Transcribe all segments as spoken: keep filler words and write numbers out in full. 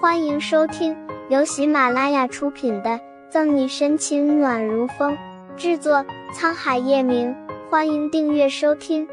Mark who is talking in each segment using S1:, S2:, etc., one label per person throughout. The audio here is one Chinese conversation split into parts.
S1: 欢迎收听由喜马拉雅出品的《赠你深情暖如风》，制作沧海夜明。欢迎订阅收听。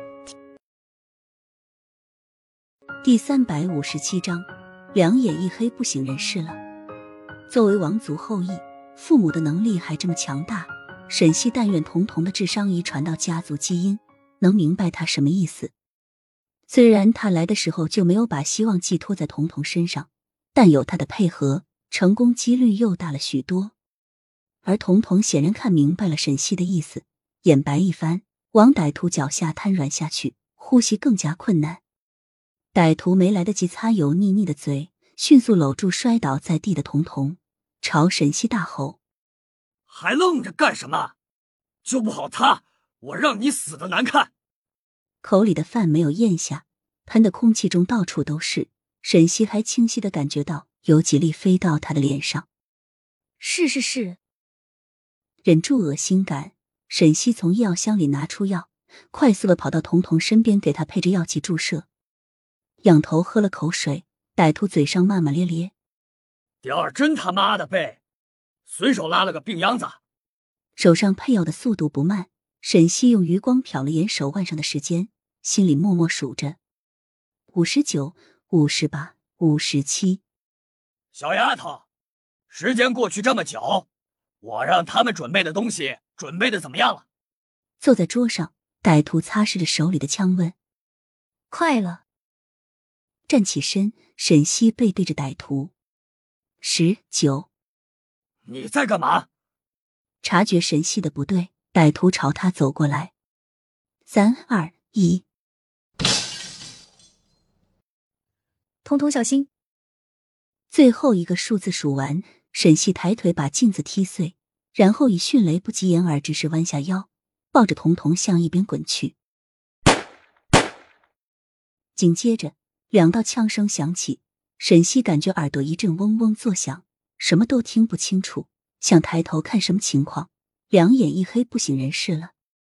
S2: 第三百五十七章，两眼一黑不省人事了。作为王族后裔，父母的能力还这么强大，沈西但愿童童的智商遗传到家族基因，能明白他什么意思。虽然他来的时候就没有把希望寄托在童童身上，但有他的配合，成功几率又大了许多。而童童显然看明白了沈西的意思，眼白一翻，往歹徒脚下瘫软下去，呼吸更加困难。歹徒没来得及擦油腻腻的嘴，迅速搂住摔倒在地的童童，朝沈西大吼：
S3: 还愣着干什么？救不好他，我让你死得难看！
S2: 口里的饭没有咽下，喷的空气中到处都是，沈西还清晰地感觉到有几粒飞到他的脸上。
S4: 是是是。
S2: 忍住恶心感，沈西从药箱里拿出药，快速地跑到童童身边，给他配着药剂注射。仰头喝了口水，歹徒嘴上骂骂咧咧：
S3: 第二真他妈的背，随手拉了个病秧子。
S2: 手上配药的速度不慢，沈西用余光瞟了眼手腕上的时间，心里默默数着：五十九、五十八、五十七。
S3: 小丫头，时间过去这么久，我让他们准备的东西准备的怎么样了？
S2: 坐在桌上，歹徒擦拭着手里的枪问：
S4: 快了。
S2: 站起身，沈西背对着歹徒。十九。
S3: 你在干嘛？
S2: 察觉沈西的不对，歹徒朝他走过来。三二一。
S4: 童童小心。
S2: 最后一个数字数完，沈西抬腿把镜子踢碎，然后以迅雷不及掩耳之势弯下腰，抱着童童向一边滚去。紧接着两道枪声响起，沈西感觉耳朵一阵嗡嗡作响，什么都听不清楚，想抬头看什么情况，两眼一黑不省人事了。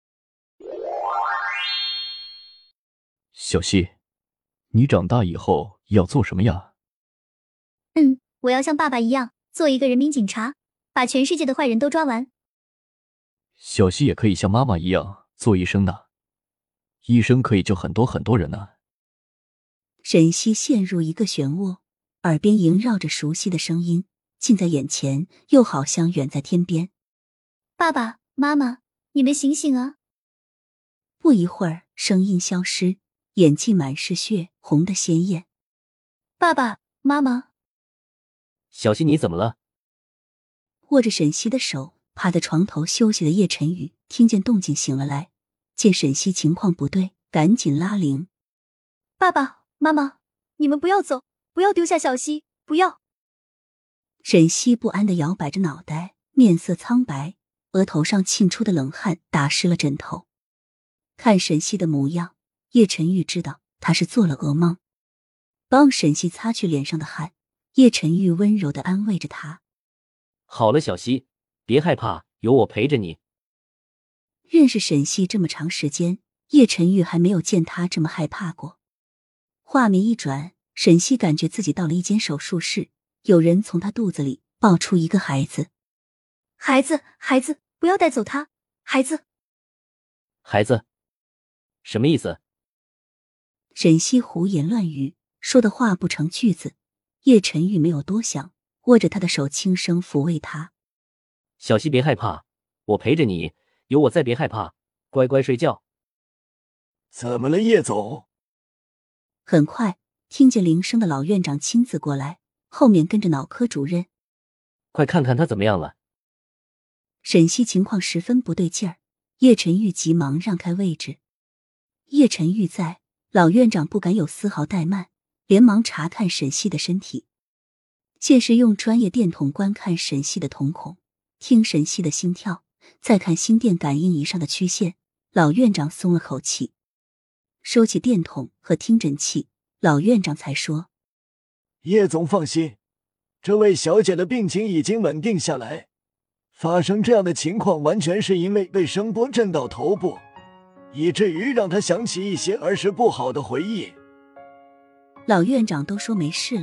S5: 小西，你长大以后要做什么呀？
S4: 嗯，我要像爸爸一样，做一个人民警察，把全世界的坏人都抓完。
S5: 小西也可以像妈妈一样做医生呢，医生可以救很多很多人呢。
S2: 沈西陷入一个漩涡，耳边萦绕着熟悉的声音，近在眼前，又好像远在天边。
S4: 爸爸妈妈，你们醒醒啊！
S2: 不一会儿，声音消失，眼睛满是血，红得鲜艳。
S4: 爸爸妈妈。
S6: 小西你怎么了？
S2: 握着沈西的手，趴在床头休息的叶晨宇听见动静醒了来，见沈西情况不对，赶紧拉铃：
S4: 爸爸妈妈，你们不要走，不要丢下小西，不要！
S2: 沈西不安地摇摆着脑袋，面色苍白，额头上沁出的冷汗打湿了枕头。看沈西的模样，叶晨玉知道他是做了噩梦。帮沈西擦去脸上的汗，叶晨玉温柔地安慰着他：
S6: 好了小西，别害怕，有我陪着你。
S2: 认识沈西这么长时间，叶晨玉还没有见他这么害怕过。画面一转，沈西感觉自己到了一间手术室，有人从他肚子里抱出一个孩子。
S4: 孩子，孩子，不要带走他，孩子。
S6: 孩子？什么意思？
S2: 沈西胡言乱语，说的话不成句子。叶晨玉没有多想，握着他的手轻声抚慰他：
S6: 小西别害怕，我陪着你，有我在，别害怕，乖乖睡觉。
S3: 怎么了叶总？
S2: 很快听见铃声的老院长亲自过来，后面跟着脑科主任。
S6: 快看看他怎么样了。
S2: 沈西情况十分不对劲儿，叶晨玉急忙让开位置。叶晨玉在，老院长不敢有丝毫怠慢，连忙查看沈西的身体。先是用专业电筒观看沈西的瞳孔，听沈西的心跳，再看心电感应仪上的曲线，老院长松了口气。收起电筒和听诊器，老院长才说：
S7: 叶总放心，这位小姐的病情已经稳定下来，发生这样的情况完全是因为被声波震到头部，以至于让她想起一些儿时不好的回忆。
S2: 老院长都说没事了，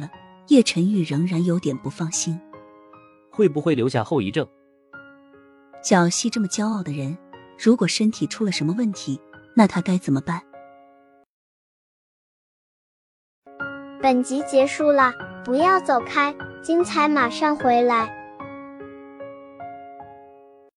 S2: 叶晨玉仍然有点不放心，
S6: 会不会留下后遗症？
S2: 小溪这么骄傲的人，如果身体出了什么问题，那他该怎么办？
S1: 本集结束了，不要走开，精彩马上回来。